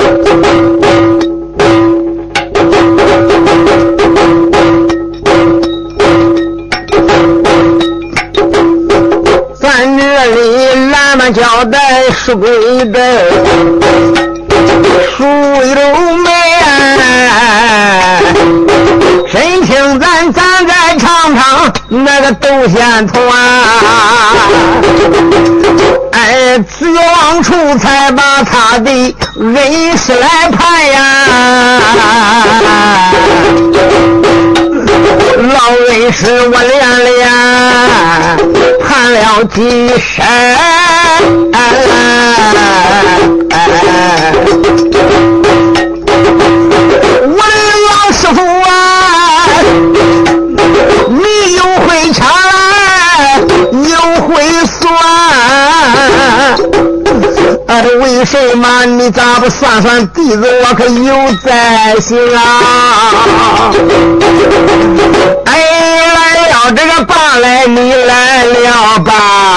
咱这里蓝马交代是归的树有美谁请咱再尝尝那个斗仙团自往处才把他的人事来判呀老人是我连判了几审我的老师傅啊你又会查又会算为什么你咋不算算弟子我可有在心啊来了这个爸来你来了吧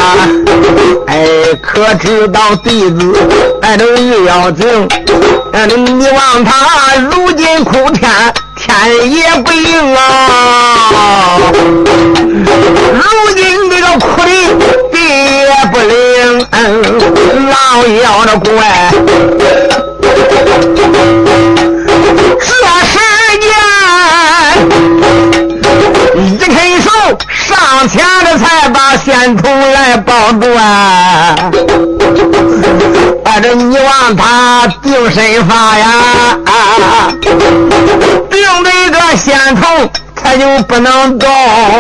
可知道弟子这玉妖精你望他如今苦天也不应啊如今这个苦的地也不灵老妖的怪这时间一伸手上前的才把仙童来抱断这你望他定身法呀定这个仙童他就不能动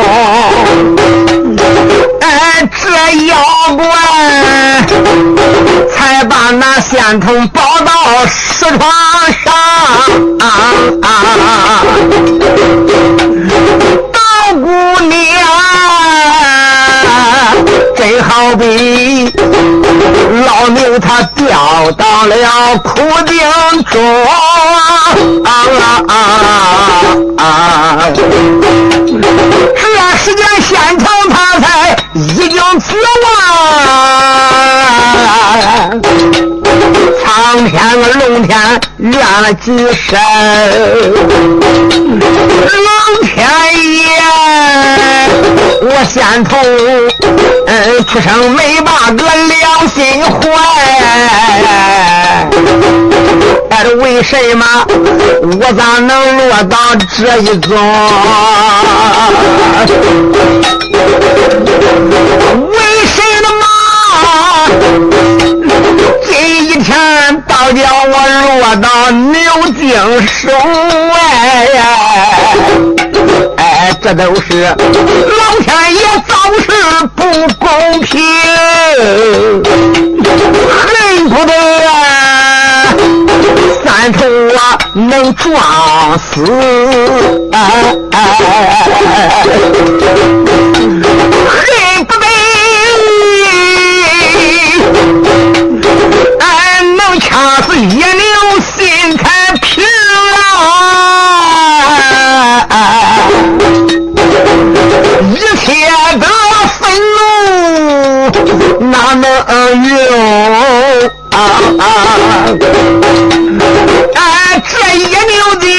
这妖怪才把那仙童抱到石床上道姑娘真好比老牛他掉到了苦境中这时间仙童他才已经绝望苍天和龙天怨了几声龙天爷我仙童出生没把个良心坏为什么我咋能落到这一种为什么这一天倒叫我落到牛井手这都是老天爷造事不公平恨不得三头能撞死恨不得能掐死野牛心才平一切的愤怒哪能用这野牛精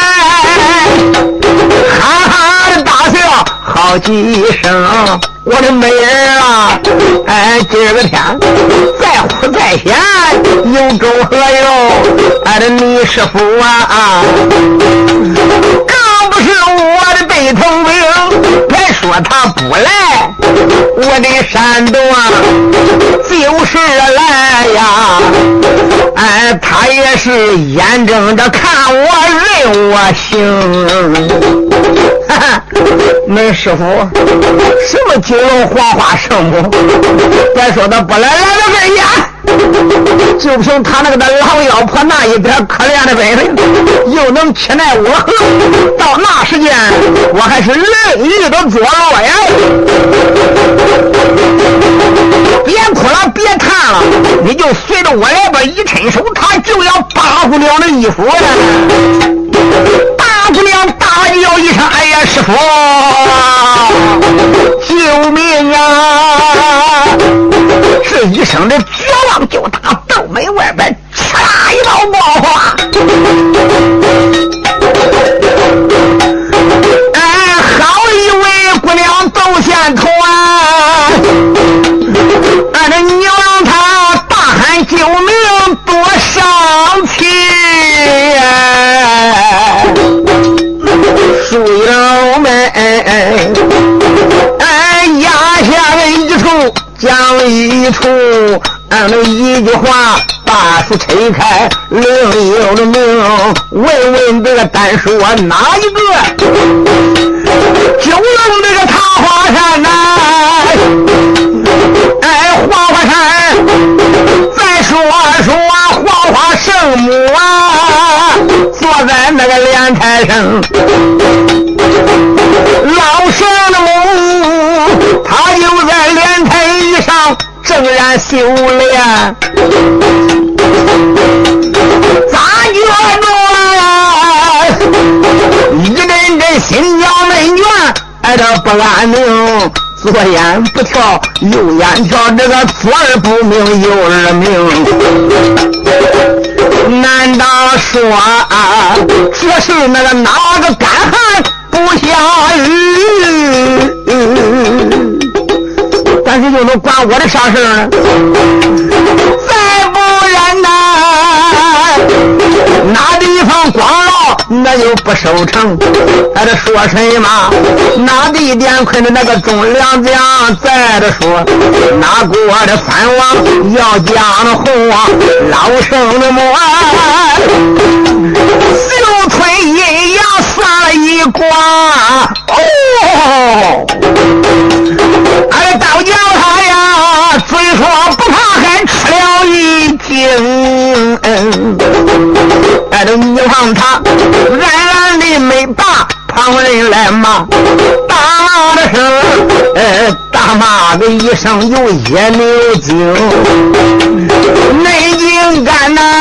哈哈的大笑好几声我的美人啊这个天再苦再险有种何用的你师傅啊更不是我的背头兵别说他不来我的山东就是来呀他也是眼睁着看我认我行哈哈那师傅什么金龙黄花圣母别说他不来了这呀就凭他那个老妖婆那一点可怜的本领又能欺奈我到那时间我还是任意的作恶呀别哭了别叹了你就随着我来吧一伸手他就要八姑娘的衣服呀大姑娘大叫一声哎呀师傅救命啊这一声的绝望就打豆门外边嚓啦一道爆救命多伤情，书友们压下了一处讲一处，那一句话把书拆开另有的命，问问这个单说哪一个九龙这个桃花山呐，花花山，再说花花圣母啊，坐在那个莲台上，老生的母他就在莲台上正然修炼，咋觉着一阵阵心焦闷倦，这不安宁，左眼不跳右眼跳，这个左耳不明右耳明，难道说这是那个哪个干旱不下雨，但是又能管我的啥事呢？再不然呢，哪地方光老那就不收成，还得说什么？哪地点亏的那个种粮将，再的说哪国的藩王要将红啊，老生的魔秀春阴阳撒了一卦哦，道教他呀嘴说不怕还吃了一惊，你望他冉冉的没把旁人来骂，大骂的声大骂的一声有野牛精，内应干呐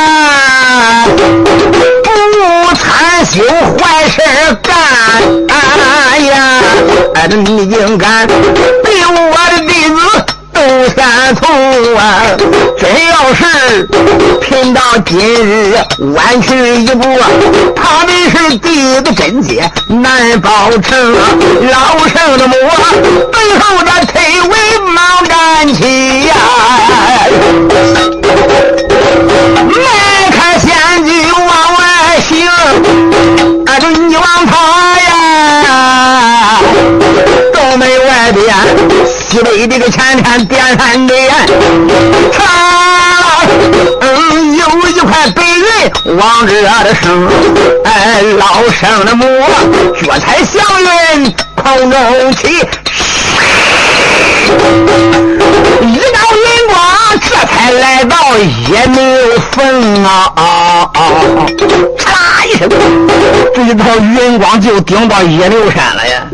不参修坏事干，哎呀你应干比我的弟子都三头啊，真要是拼到今日弯去一步，他们是弟子真结难保成，老生的母背后的推诿忙站起呀，迈开仙举往外行，你往他呀东门外边西北这个前山点山点，有一块白云往这的升，老生的母脚踩祥云空中起，一道云光这才来到野牛坟啊，嚓啦一声，这一道云光就顶到野牛山了呀，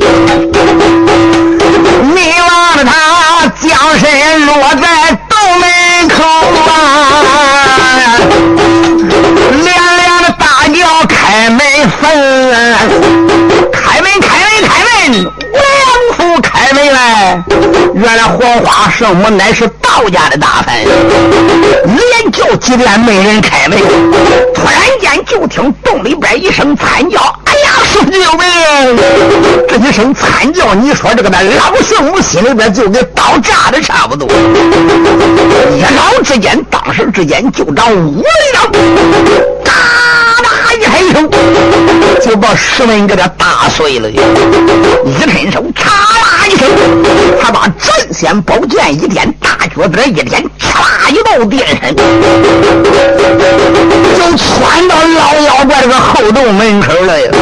你望着他将身落在洞门口啊，连连的大叫开门坟，开门开门开门，王府开门来，原来黄花圣母乃是道家的大坟，连叫几遍没人开门，突然间就听洞里边一声惨叫，哎呀师傅救命，这一声惨叫，你说这个那老圣母心里边就跟刀炸的差不多，一老之间当时之间就长五里长，哒哒一伸手就把石门给他打碎了，一伸手嚓啦一声，他把镇仙宝剑一点，大脚子一点，嚓啦一道电身就窜到老妖怪这个后洞门口了呀。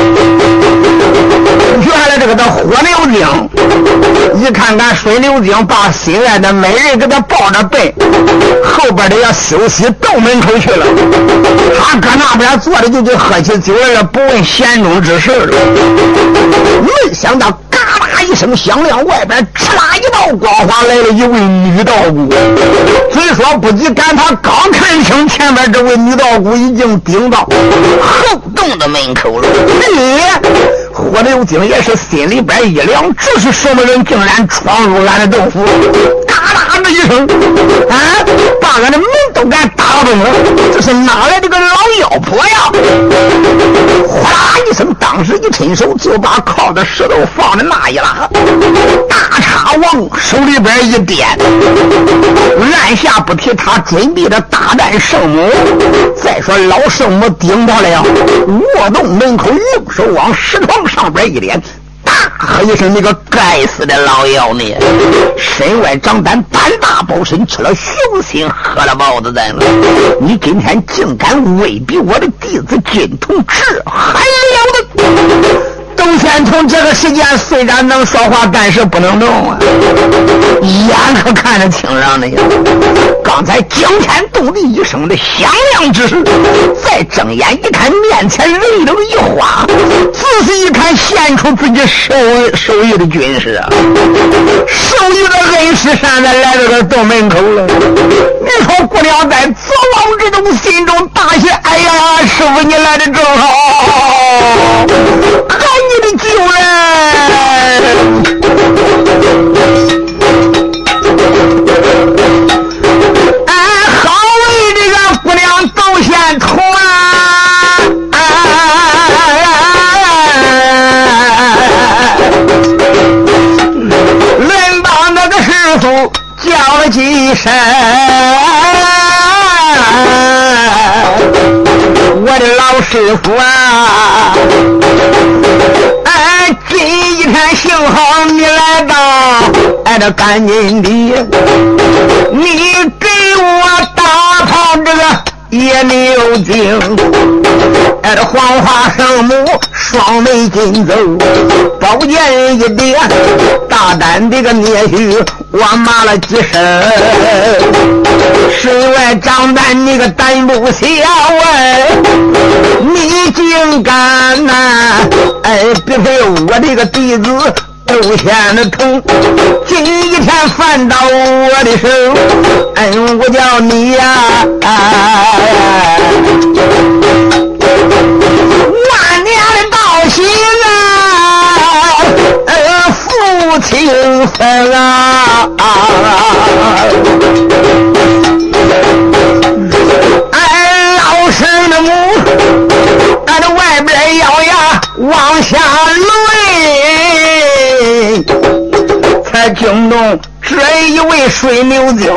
原来这个火牛精一看看水牛精把心爱的美人给他抱着背，后边的要休息洞门口去了，他搁那边坐着就喝起酒来了，不问闲中之事了。没想到嘎啦一声响亮，外边哧啦一道光华来了一位女道姑，虽说不及赶他刚看清前面这位女道姑已经顶到后洞的门口了。火牛精也是心里边一凉，这是什么人竟然闯入俺的洞府，嘎啦的一声把俺的门都敢打动我，这是哪来这个老妖婆呀？哗啦一声，当时一伸手就把靠的石头放在那一拉，大叉王手里边一点，按下不提，他准备着大战圣母。再说老圣母顶到了卧洞门口，用手往石床上边一点，大喝一声：“那个该死的老妖孽！身外长胆，胆大包身，吃了雄心，喝了豹子胆了！你今天竟敢威逼我的弟子金童，这还了得！”窦仙童这个时间虽然能说话，但是不能动啊，眼可看着清朗的呀。刚才惊天动地一声的响亮之时，再睁眼一看，面前人影一花，仔细一看，现出自己手艺的军师啊，手艺的恩师现在来到这洞门口了。你说姑娘在走廊之中心中大喜，哎呀，师傅你来的正好，赶紧的救人！好为这个姑娘窦仙童轮帮那个师傅叫了几声，我的老师傅啊，今一天幸好你来到，这赶紧的，你给我打炮这个野牛精，这黄花圣母双眉紧走，宝剑一点，大胆这个捏须我骂了几声，身外长胆你个胆不小你竟敢别非我这个弟子窦仙的童，今一天犯到我的手，我叫你呀万年道行父亲分老师的母这外边咬牙往下抡，才惊动这一位水牛精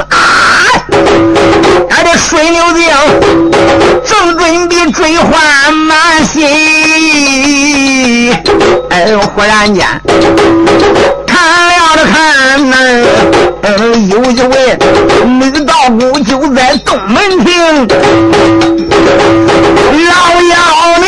这水牛精正准备追还满心，忽然间看了着看有一位女道姑就在东门厅，老妖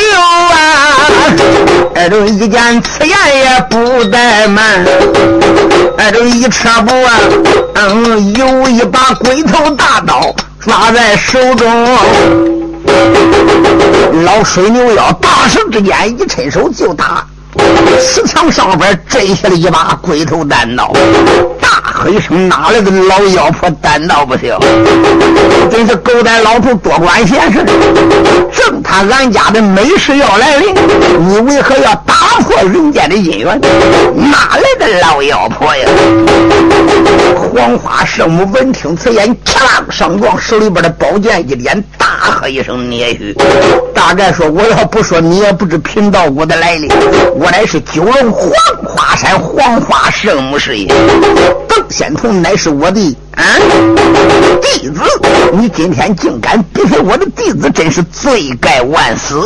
牛这一见此言也不怠慢，这一车步有一把鬼头大刀抓在手中，老水牛妖大手之间一伸手就打，石墙上边摘下了一把鬼头单刀，大喝一声：“哪来的老妖婆，单刀不行！真是狗胆老头多管闲事！正他俺家的美事要来临，你为何要打破人间的姻缘？哪来的老妖婆呀？”黄花圣母闻听此言，嚓上撞，手里边的宝剑一点，大喝一声：“捏须！”大概说，我要不说你也不知贫道我的来历，我乃是九龙黄花山黄花圣母师爷，窦仙童乃是我的弟子，你今天竟敢逼迫我的弟子，真是罪该万死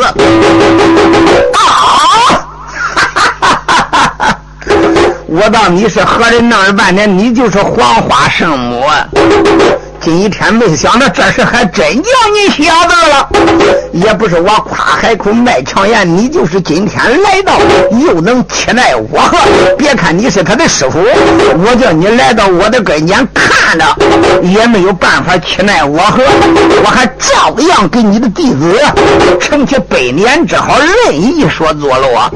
我当你是何人弄了半天，你就是黄花圣母啊！今一天没想到这事还真叫你晓得了，也不是我夸海口卖强言，你就是今天来到又能欺赖我呵。别看你是他的师傅，我叫你来到我的跟前看着也没有办法欺赖我呵，我还照样给你的弟子承其百年之好，任意所作落。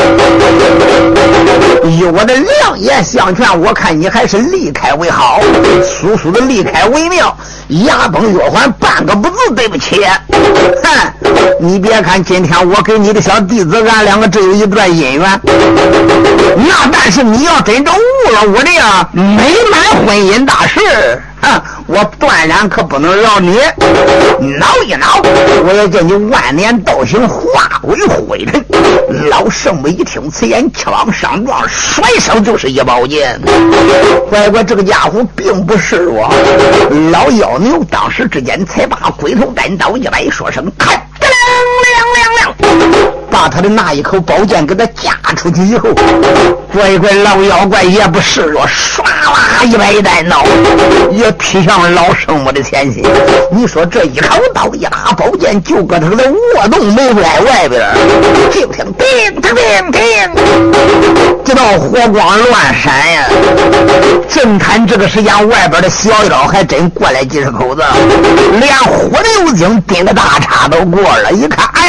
以我的良言相劝，我看你还是离开为好，速速的离开为妙，牙崩月环半个不字对不起。你别看今天我给你的小弟子俺两个只有一段姻缘，那但是你要真正误了我的美满婚姻大事我断然可不能饶你。挠一挠，我也叫你万年道行化为灰尘。老圣母一听此言，气往上撞，甩手就是一宝剑。乖乖，这个家伙并不示弱。老妖牛当时之间才把龟头单刀一摆，说声看，亮，把他的那一口宝剑给他架出去以后，乖乖老妖怪也不示弱，唰啦一摆单刀也劈向老圣母的前心。你说这一口刀一把宝剑就搁他的卧洞门外边，就听叮叮叮叮，这道火光乱闪呀！正看这个时间，外边的小妖还真过来几十口子，连火牛精盯着大叉都过了，一看，哎呀！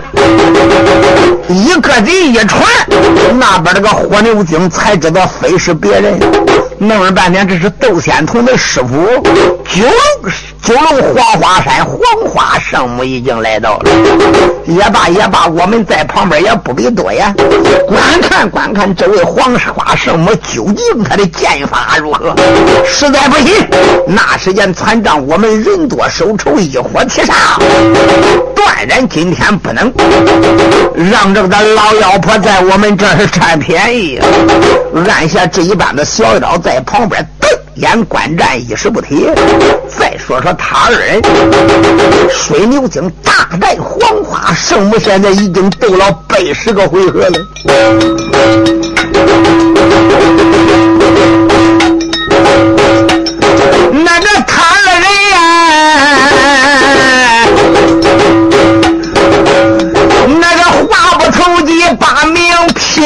一个人一传，那边那个火牛精才知道非是别人，弄了半天这是窦仙童的师傅九龙黄花山黄花圣母已经来到了。也罢，我们在旁边也不必多言，观看这位黄花圣母究竟他的剑法如何。实在不行，那时间参战，我们人多手丑，一伙齐上，断然今天不能让这个老妖婆在我们这儿占便宜。按下这一般的小妖在旁边瞪眼观战，一时不提。再说说他二人，水牛精大战黄花圣母，现在已经斗了80个回合了。那个他二人呀，那个话不投机把命拼，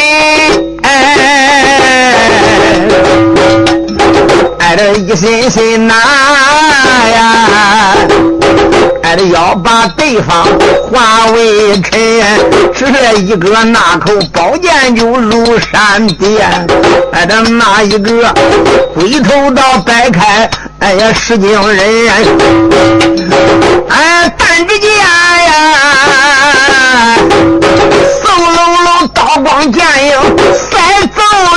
爱的一心心呐呀，爱的要把对方化为尘，这一个那口宝剑就如闪电，爱的那一个龟头刀摆开，哎呀使劲人，哎但之间呀，嗖隆隆刀光剑影赛走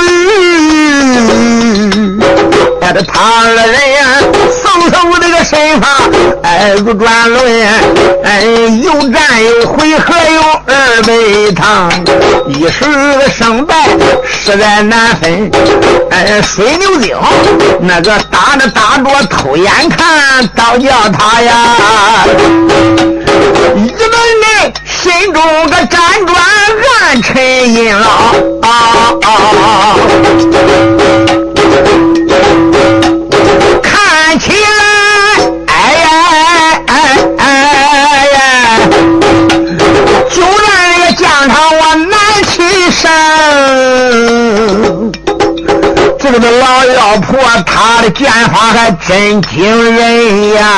雨，哎这他二人呀，嗖嗖这个身法，哎如转轮，哎有战有回合有2倍堂，一时胜败实在难分。哎水牛精那个打着偷眼看，倒叫他呀一门内心中个辗转暗沉吟了看起来就让人家将他我难起身。这个老妖婆她的剑法还真惊人呀！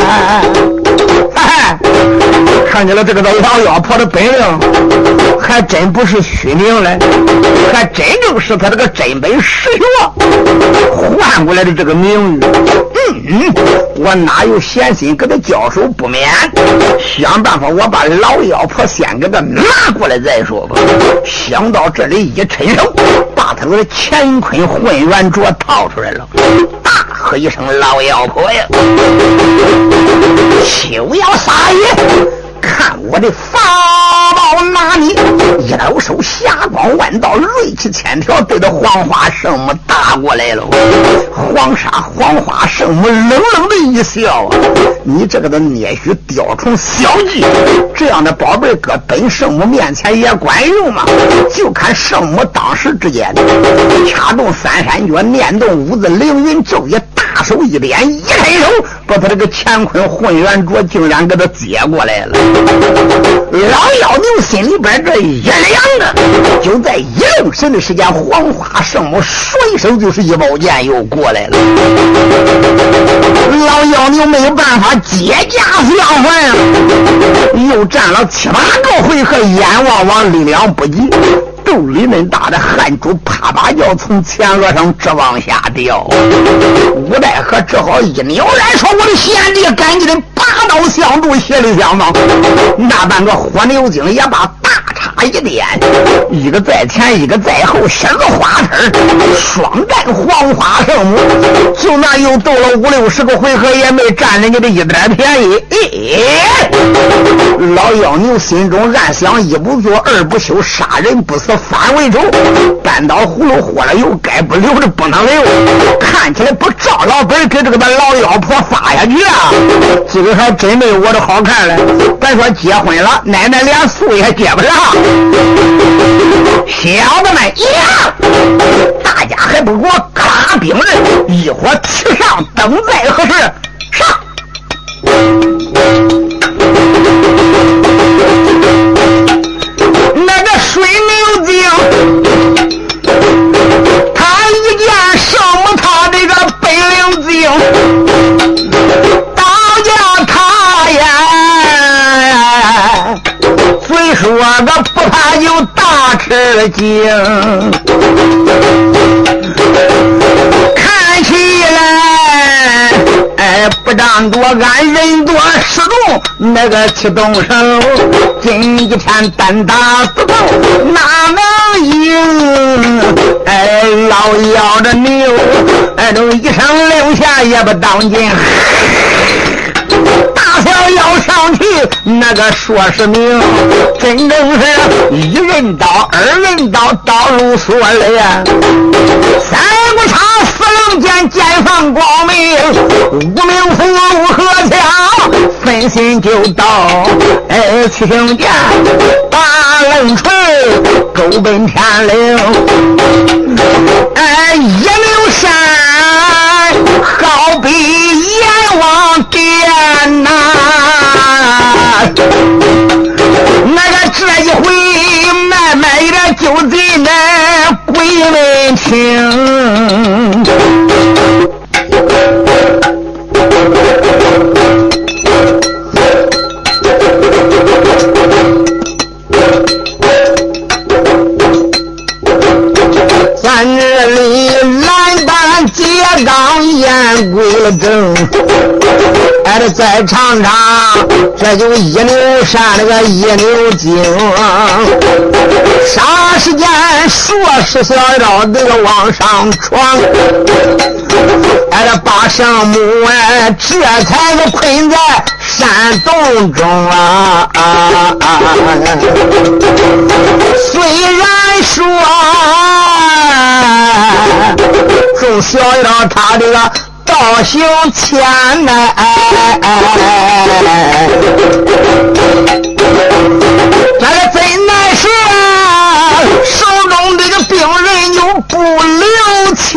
看见了这个老妖婆的本领，还真不是虚名嘞，还真正是他这个真本实学换过来的这个名誉。我哪有闲心给他交手不免，想办法我把老妖婆先给他拿过来再说吧。想到这里一伸手，把他的乾坤混元镯套出来了，大喝一声：“老妖婆呀，休要撒野！看我的法宝拿你！”一刀手霞光万道，锐气千条，对着黄花圣母打过来了。黄花圣母冷冷的一笑：“你这个的捏须雕虫小技，这样的宝贝搁本圣母面前也管用吗？就看圣母当时之间掐动3山诀，念动5字凌云咒语，大手一点，一伸手把他这个乾坤混元镯竟然给他接过来了。老妖牛心里边这一凉的，就在一愣神的时间，黄花圣母甩手就是一宝剑又过来了。老妖牛没有办法，接驾相还，又战了7、8个回合，眼望望力量不及，肚里那大的汗珠啪啪叫从前额上直往下掉。吴代和只好一扭然说：“我的贤弟，赶紧的拔刀相助，协力相帮。”那半个火牛精也把大叉一点，一个在前，一个在后，像个花盆，双战黄花圣母，就那又斗了50-60个回合，也没占人家的一点便宜。老妖牛心中暗想：一不做，二不休，杀人不死，反为仇。单刀葫芦和了油，该不留着不能留。看起来不照老本给这个老妖婆发下去啊，这个还真没我的好看了。别说结婚了，奶奶连素也接不上。小子们呀，大家还不给我卡兵刃，一伙齐上，等待何时？上！那个水牛精，他一见圣母，他这个本领精，倒叫他呀，虽说个不怕就大吃惊。看起来不但多俺人多势众，那个启动手今一天单打独斗哪能赢？老摇着牛都一声令下也不当进，大小要上去那个说是明，真正是一人刀二人刀，刀如锁了呀，三不差四棱剑，剑放光明，无名符如何强，分心就到七星剑，八棱锤勾奔天灵，一流山好比阎王殿呐，那个这一回慢慢的就给那鬼们听。咱这里蓝丹结钢烟归了正，这再尝尝这就一牛山那个一牛精，啥时间说是小道这个往上闯，这把圣母这才是困在山洞中啊。虽然说众小妖他这个道行前呢，这个怎奈是手中这个病人又不留情，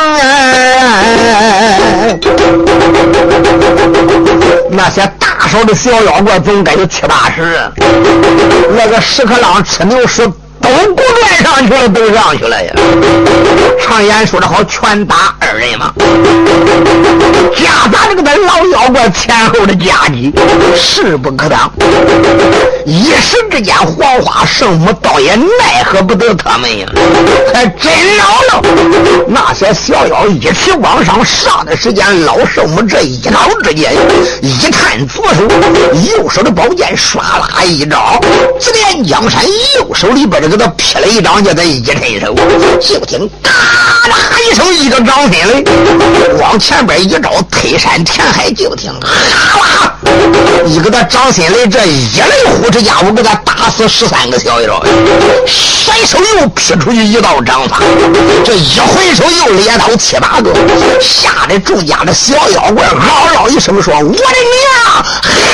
那些大手的小妖怪总该有7-80，那个屎壳郎吃牛屎都不乱上去了，都上去了呀。常言说的好，拳打2人嘛，夹杂这个老妖怪前后的夹击，势不可当。一时之间，黄花圣母倒也奈何不得他们呀，还真老了。那些小妖一起往上上的时间，老圣母这一刀之间，一探左手，右手的宝剑唰啦一招，只连江山右手里边这个他劈了一掌，就在一伸手，就听嘎啦一声，一个掌心雷往前边一招，推山填海，就听哈啦一个他掌心雷，这一雷呼之家伙给他打死13个小妖，甩手又劈出去一道掌法，这一回手又猎刀7-8个，吓得众家的小妖怪嗷嗷一声说：“我的娘！”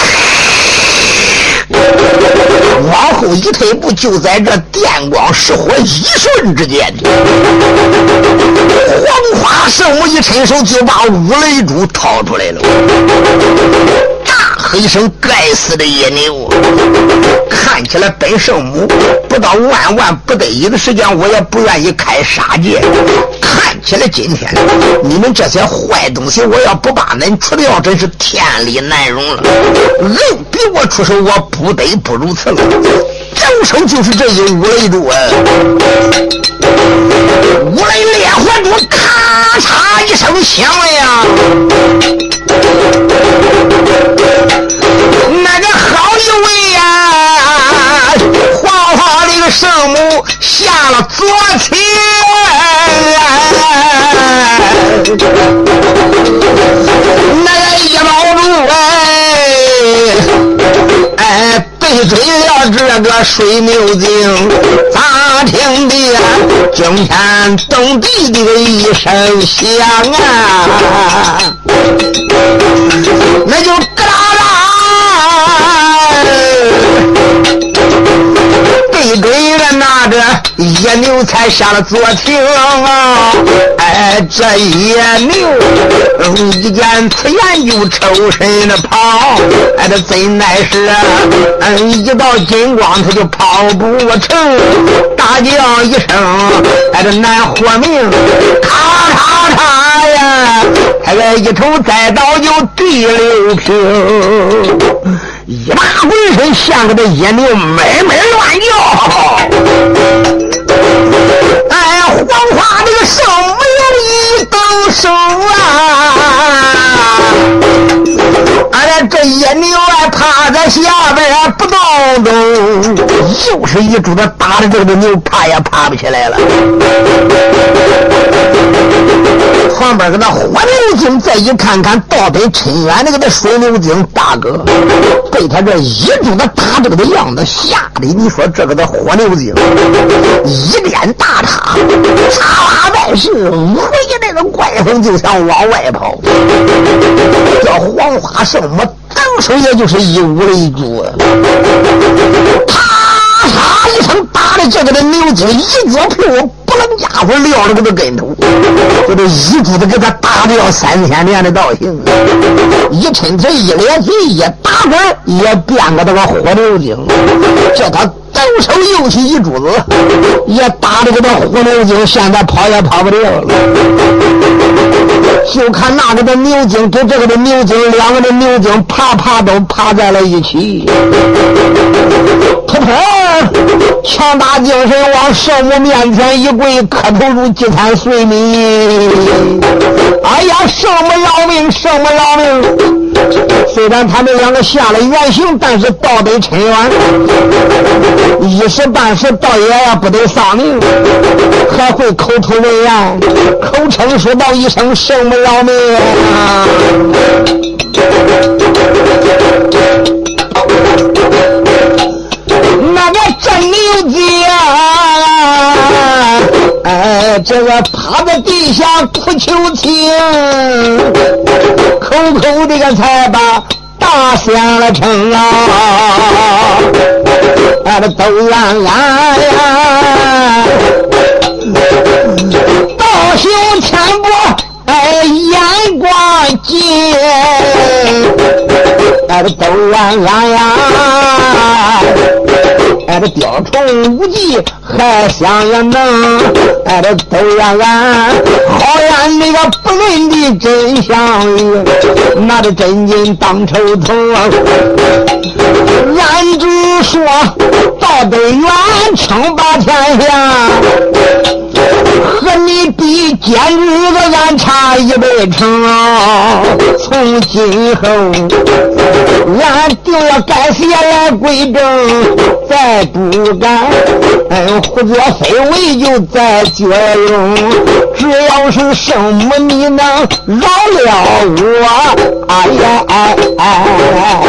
往后一退步，就在这电光石火一瞬之间，黄花圣母一伸手就把五雷珠掏出来了，大喝一声：“该死的野牛！”看起来本圣母不到万不得已的时间，我也不愿意开杀戒。看起来今天你们这些坏东西，我要不把恁除掉，真是天理难容了。硬逼我出手，我不得不如此了。正手就是这一五雷珠啊！五雷烈火珠咔嚓一声响了呀！那个好一位呀，黄花这个情，那个一毛路被追了这个水牛精，咋听的惊天动地的一声响啊，那就咯啦被追的拿着野牛才下了左庭啊，这野牛一见此言就抽身的跑，这真乃是一道金光他就跑不成，大叫一声这难活命，咔嚓嚓呀，一头栽倒就第6平，一把浑身像个这野牛美美乱叫，黄花这个手没有一动手啊，这野牛趴在下边不动动，又是一柱子打的这个牛爬也爬不起来了。旁边给那火牛精再一看看，到北陈远那个的水牛精大哥被他这一柱子打这个的样子吓得，你说这个的火牛精一脸大叉，插拉外是回那个怪风就想往外跑，这黄花圣母当时也就是一舞了一柱，啪嚓一声打的这个的牛精一左屁股不能家伙撂了个的跟头，就这一柱子给他打的要3000年的道行，一抻腿一咧嘴一打滚也变个这个火牛精，叫他抖手又起一柱子，也打的这个火牛精现在跑也跑不了了。就看那个的牛精跟这个的牛精，两个的牛精爬都爬在了一起，扑通强大精神往圣母面前一跪，磕头如祭坛随米。哎呀，圣母饶命，圣母饶命！虽然他们两个下了原形，但是道得深远，一时半时倒也不得丧命，还会口吐为言，口称说道一声圣母饶命啊！那个真牛精这个趴在地下哭求情，口口这个才把大响了声啊，这都让呀道修千波眼光尖，这都让呀这雕虫无忌还想呀能这都让好然那个不认的真相里，那这真金当抽头俺只说道德远称霸天下，和你比简直个俺差100成啊！从今后俺就要改邪来归正，再不敢胡作非为就再绝用，只要是圣母你能饶了我，哎呀哎哎，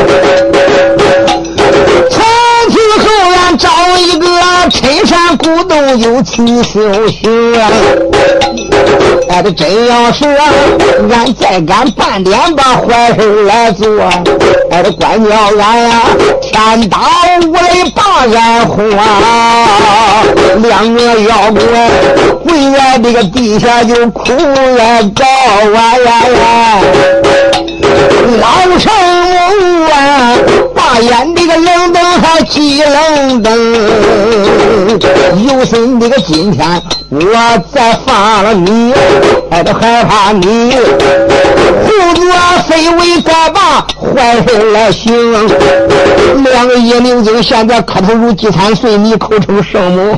从今后俺找一个深山古洞有其修行，这真要是俺再敢半点把坏事来做，这管教俺呀天打五雷把俺轰啊，两个妖怪跪在这个地下就哭了告啊呀呀，老圣母啊把眼这个冷灯还起冷灯，有心这个今天我再放了你，这害怕你胡作非为再把坏事来行，两个野牛精现在磕头如祭坛随你口称圣母，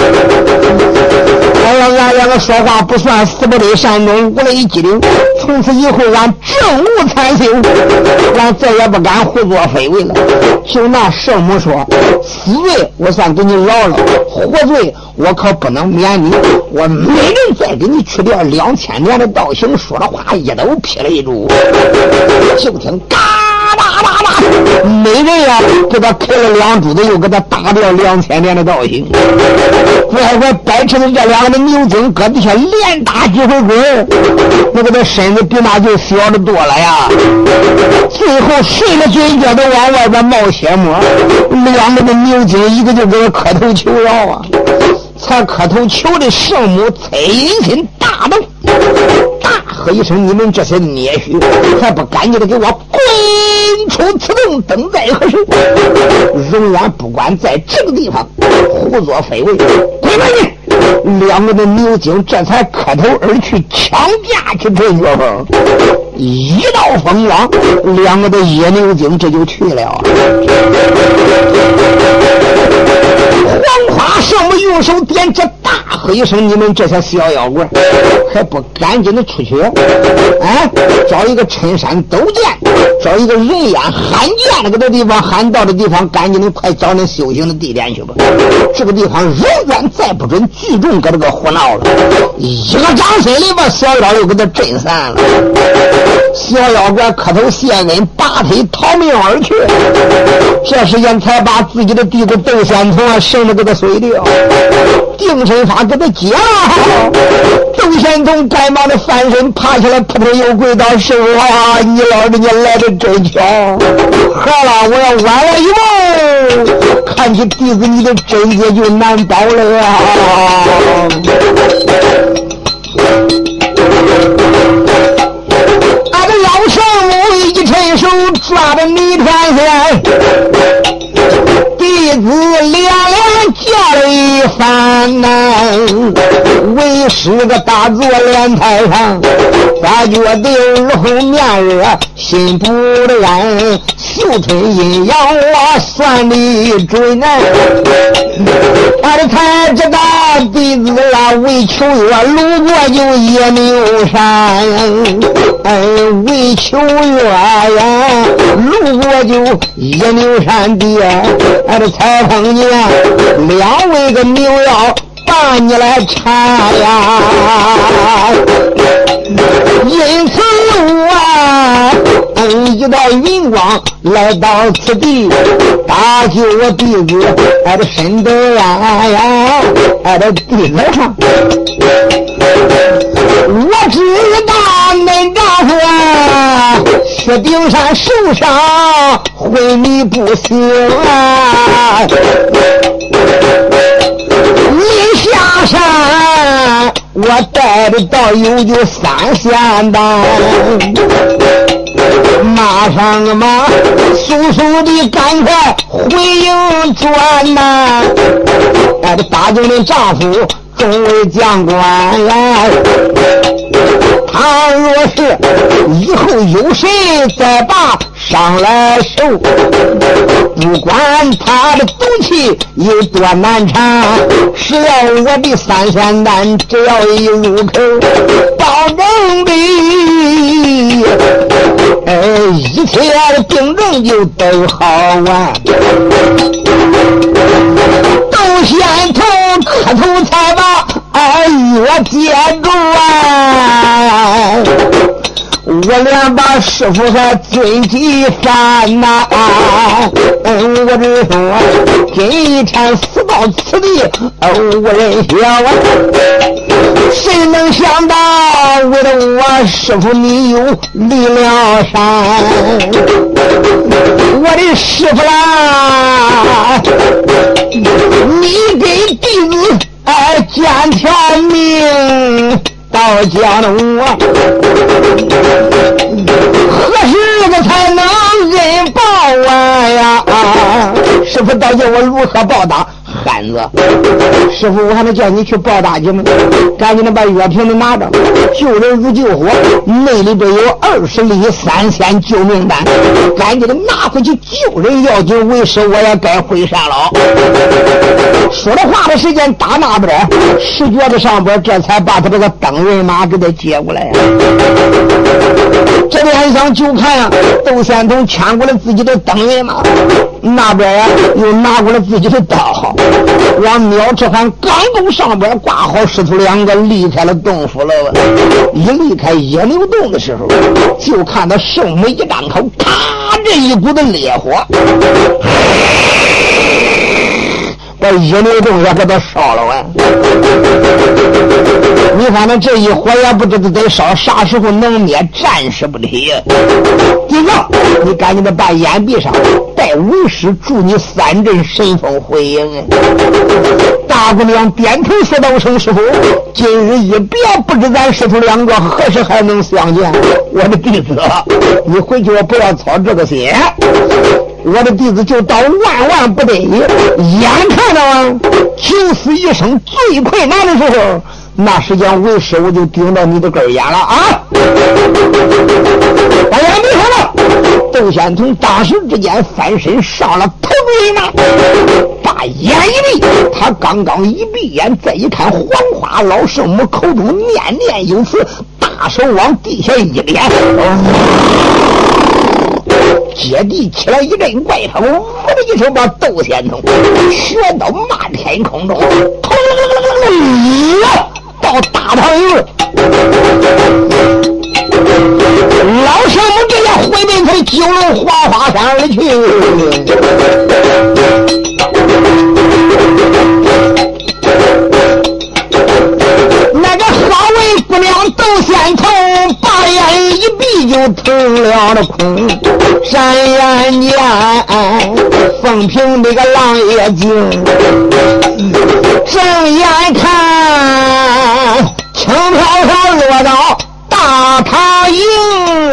俺两个说话不算死不得山东无雷击灵，从此以后俺正无参修，俺再也不敢胡作非为了。就那圣母说死罪我算给你饶了，活罪我可不能免你，我每人再给你取掉2000年的道行。说的话一都劈了一柱，就听嘎哒哒哒，每人呀给他开了2柱子，又给他打掉2000年的道行。乖乖摆吃的这2个的牛精搁地下连打几回滚，那个的身子比那就小的多了呀。最后睡了军脚都往外边冒血沫，2个的牛精一个就给他磕头求饶啊，才磕头求的圣母才阴心大动，大喝一声：“你们这些孽畜，还不赶紧的给我滚出此洞，等在何时？”仍然不管在这个地方胡作非为，滚吧你！2个的牛精这才磕头而去，抢架去陈学峰。一道风浪，2个的野牛精这就去了。黄花圣母用手点着，大喝一声：“你们这些小妖怪，还不赶紧的出去！找一个衬衫斗剑，找一个人烟罕见那个地方，罕到的地方，赶紧的快找那修行的地点去吧！这个地方永远再不准聚众搁这个胡闹了。”一个掌心里把小妖又给他震散了。小妖怪磕头谢恩，拔腿逃命而去。这时间才把自己的弟子窦仙童啊绳子给他碎掉，定身法给他解了。窦仙童赶忙的翻身爬起来，扑通又跪到：“师傅啊，你老人家来的真巧，好了，我要晚了一步，看起弟子你的贞洁就难保了呀。”老圣母一伸手抓着泥团线，弟子连叫了一番呐，为师个大坐莲台上，发觉的日后面热，心不的安，秀春阴阳我算的准啊！俺的才知道弟子啊，为求月路过就野牛山，为求月呀，路过就野牛山地，俺的才碰见2位个牛妖把你来查呀，因此我一道云光来到此地，搭救我弟子俺的身得呀，俺的弟子上，我知道恁丈夫啊是顶上受伤昏迷不醒啊，你下山我带的道友就3仙单，马上嘛速速的赶快回营转呐，俺的大舅的丈夫众位将官呀，他若是以后有谁再把上来手，不管他的毒气有多难缠，只要我的3仙丹只要一入口，保证的一切的病症就都好完。窦仙童磕头才把药接住啊，我连把师傅还尊几番呐，我只说今一天死到此地无人晓啊，谁能想到为了我师傅你又离了山，我的师傅啦，你给弟子捡条命到江东啊，何时个才能恩报完呀？师傅到底我如何报答？汉子，师傅我还能叫你去报答去吗？赶紧的把药瓶子拿着，救人如救火，那里边有20粒3仙救命丹，赶紧的拿回去救人要紧，为师我也该回山了。说的话的时间打那边石橛子上边，这才把他这个等人马给他接过来呀。这边想就看呀，窦仙童牵过了自己的等人马，那边呀又拿过了自己的刀， 往鸟吃饭刚够上边挂好，师徒两个离开了洞府了。一离开野牛洞的时候，就看到圣母一张口，咔，这一股的烈火把野牛洞也给它烧了完。你反正这一火也不知道得烧啥时候能灭，暂时不提。第二，你赶紧的把眼闭上，带为师助你3阵神风回应。大姑娘点头说道声：“师傅，今日一别，不知咱师徒两个何时还能相见？我的弟子，你回去不要操这个心。我的弟子就到万万不得已，眼看着啊九死一生最困难的时候，那时间为师我就盯到你的根眼了啊！把眼闭上了。窦仙童当时之间翻身上了头顶呢，把眼一闭，他刚刚一闭眼，再一看黄花老圣母口中念念有词，大手往地下一点，接地起来一阵怪风，呜的一声把窦仙童学到漫天空中，到大堂营。老圣母这样回奔从九龙黄花山而去。那个好为姑娘窦仙童把眼一闭就腾了的空，山岩间风平这个浪也静，正眼看轻飘飘落到大堂营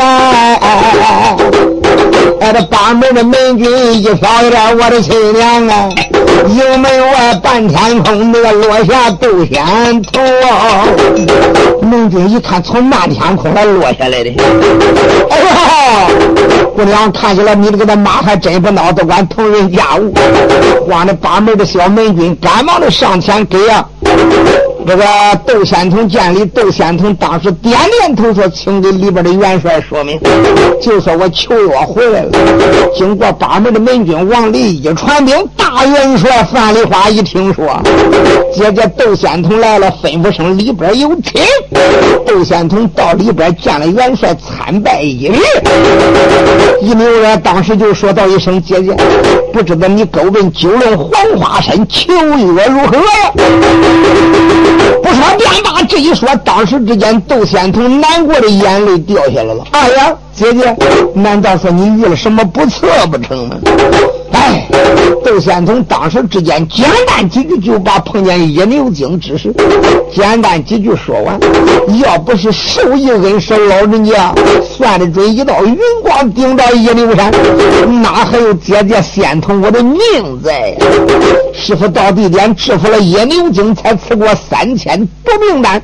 这八门的门军一瞟着我的亲娘啊，营门外半天空那个落下窦仙童，门军一看从漫天空来落下来的，哎呦，姑娘看起来你这个马还真不孬，都管同人家务。慌的八门的小门军赶忙的上前给啊这个窦仙童见礼。窦仙童当时点点头说：“请给里边的元帅说明。”就说我求约回来了。经过八门的门军往里一传兵，大元帅范丽花一听说姐姐窦仙童来了，吩咐声里边有请。窦仙童到里边见了元帅，参拜一礼。一牛人当时就说到一声：“姐姐，不知道你勾奔九龙黄花山求约如何呀？”不说便罢，这一说，当时之间窦仙童难过的眼泪掉下来了。哎呀，姐姐，难道说你遇了什么不测不成吗？哎，窦仙童当时之间简单几句就把碰见野牛精之事简单几句说完。要不是受益恩师老人家算得准一道云光顶到野牛山，哪还有姐姐仙童我的命在呀？师傅到地点制服了野牛精，才赐过3000夺命丹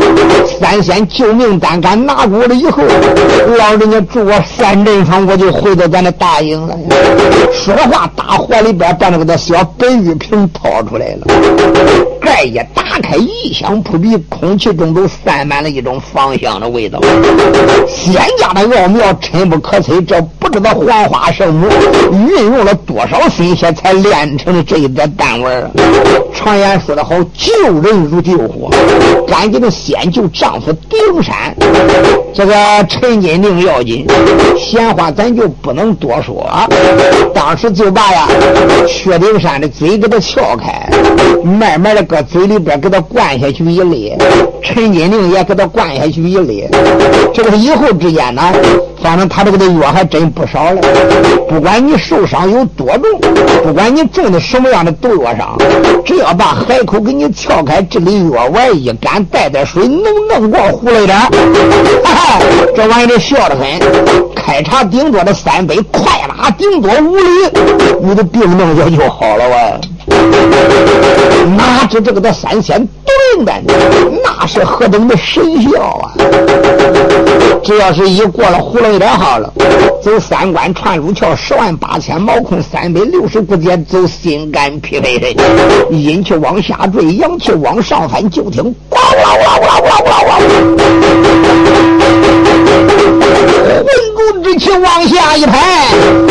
，3仙救命丹敢拿过了以后，老人家祝我3阵房，我就回到咱的大营了。说话大火里边把那个小白玉瓶掏出来了，盖一打开，异香扑鼻，空气中都散满了一种芳香的味道。仙家的奥妙深不可测，这不知道黄花圣母运用了多少心血才炼成了这一点丹味儿。常言说得好，救人如救火，赶紧的先救丈夫顶山。这个陈金令要紧，闲话咱就不能多说。当时就把呀薛丁山的嘴给他撬开，慢慢的搁嘴里边给他灌下去一粒，陈金令也给他灌下去一粒。这个以后之间呢，反正他这个的药还真不少了。不管你受伤有多重，不管你中的什么样的毒药伤，只要把海口给你撬开，这里药丸一干，带点水，弄过糊了一点，这玩意儿笑得很。开茶顶多的3杯，快拉顶多5里，你的病弄下就好了哇！哪知这个的3仙夺命丹，那是何等的神效啊！只要是一过了葫芦一点好了，走3关串入鞘，108000毛孔360骨节，走心肝脾肺肾，阴气往下坠，阳气往上翻，就听咣骨之气往下一拍，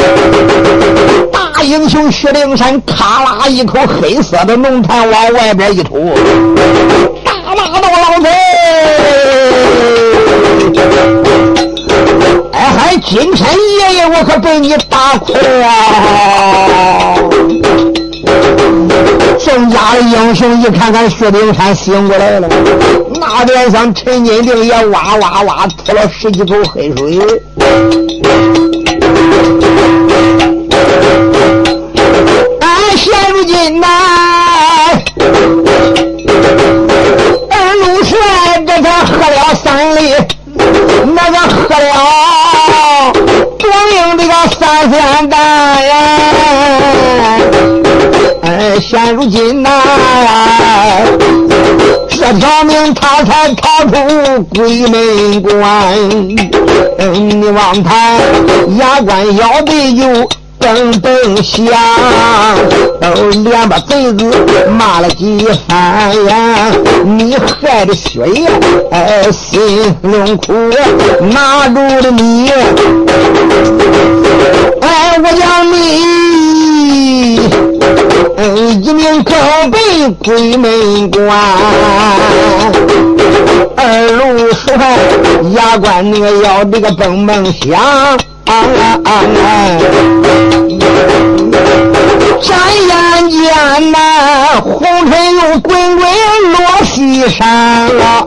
大英雄薛灵山咔啦一口黑色的浓痰往外边一吐，大骂道：“老贼！哎嗨，今天爷爷我可被你打哭啊！”郑家的英雄一看看薛灵山醒过来了，那脸上陈金定也哇哇哇吐了10几口黑水。现如今呐，二路帅这才喝了3粒，那个喝了夺命这个3仙丹呀。现如今呐，这条命他才逃出鬼门关。你望他牙关咬背就噔噔响，连把贼子骂了几番呀！你害得薛爷心中苦，拿住了你，我将你一命告被鬼门关。二路帅牙关那个咬这个蹦蹦响，眨眼间呐，红尘又滚滚落西山了，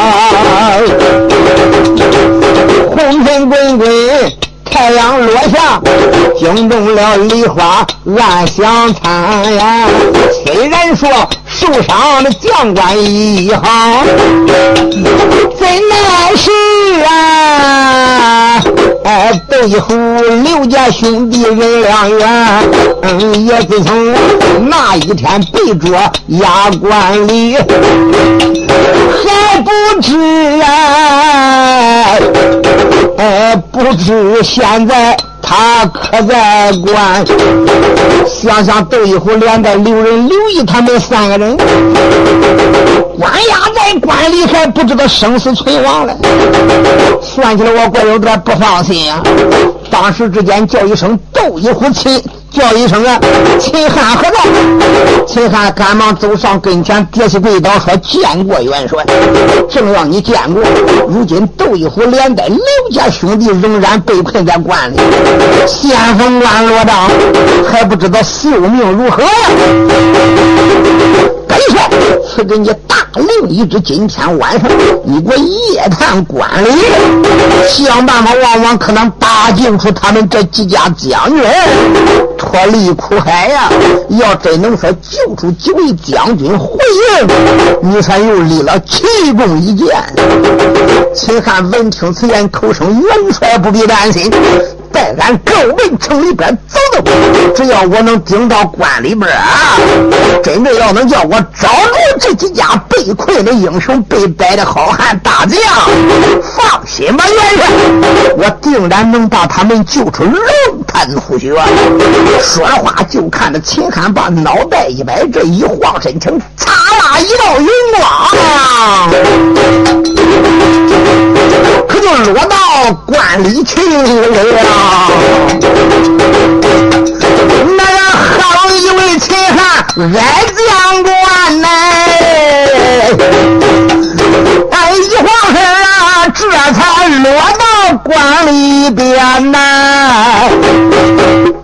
红尘滚滚太阳落下，惊动了梨花暗香残呀。虽然说受伤的将官一行，怎奈是啊，窦一虎刘家兄弟人两员，也自从那一天被捉押关里，还不知啊，不知现在他可在关。想想窦一虎连带刘仁、刘毅他们3个人关押在关里，还不知道生死存亡了。算起来我怪有点不放心呀。当时之间叫一声窦一虎亲，叫一声啊秦汉何在？秦汉赶忙走上跟前，跌起跪倒说：“见过元帅。”正让你见过，如今窦一虎连带刘家兄弟仍然被困在关里，先锋官落帐，还不知道寿命如何呀。本帅赐给你大令一支，今天晚上你给我夜探关里，想办法往往可能打进出他们这几家将军，脱离苦海呀。要真能说救出几位将军回应，你算又立了奇功一件。秦汉闻听此言，口称元帅不必担心，带俺够门城里边走走，只要我能顶到关里边啊，真正要能叫我找住这几家被困的英雄，被逮的好汉大将，放心吧元帅，我定然能把他们救出龙潭虎穴。说了话就看着秦汉把脑袋一摆，这一晃身形，嚓啦一道云光，可就落到关里去了。那好一位秦汉来将官呢，一晃身啊，这才落到关里边呢。